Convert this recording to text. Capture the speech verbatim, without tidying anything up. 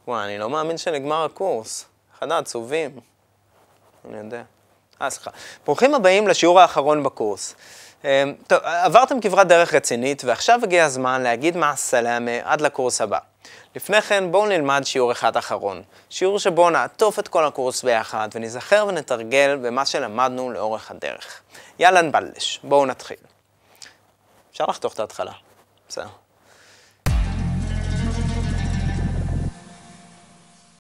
וואי, אני לא מאמין שנגמר הקורס. אחד העצובים. אני יודע. אה, סליחה. ברוכים הבאים לשיעור האחרון בקורס. טוב, עברתם כברת דרך רצינית, ועכשיו הגיע הזמן להגיד מה הסלאמה עד לקורס הבא. לפני כן בואו נלמד שיעור אחד אחרון. שיעור שבו נעטוף את כל הקורס ביחד, ונזכר ונתרגל במה שלמדנו לאורך הדרך. יאללה נבלש, בואו נתחיל. אפשר לחתוך את ההתחלה. בסדר.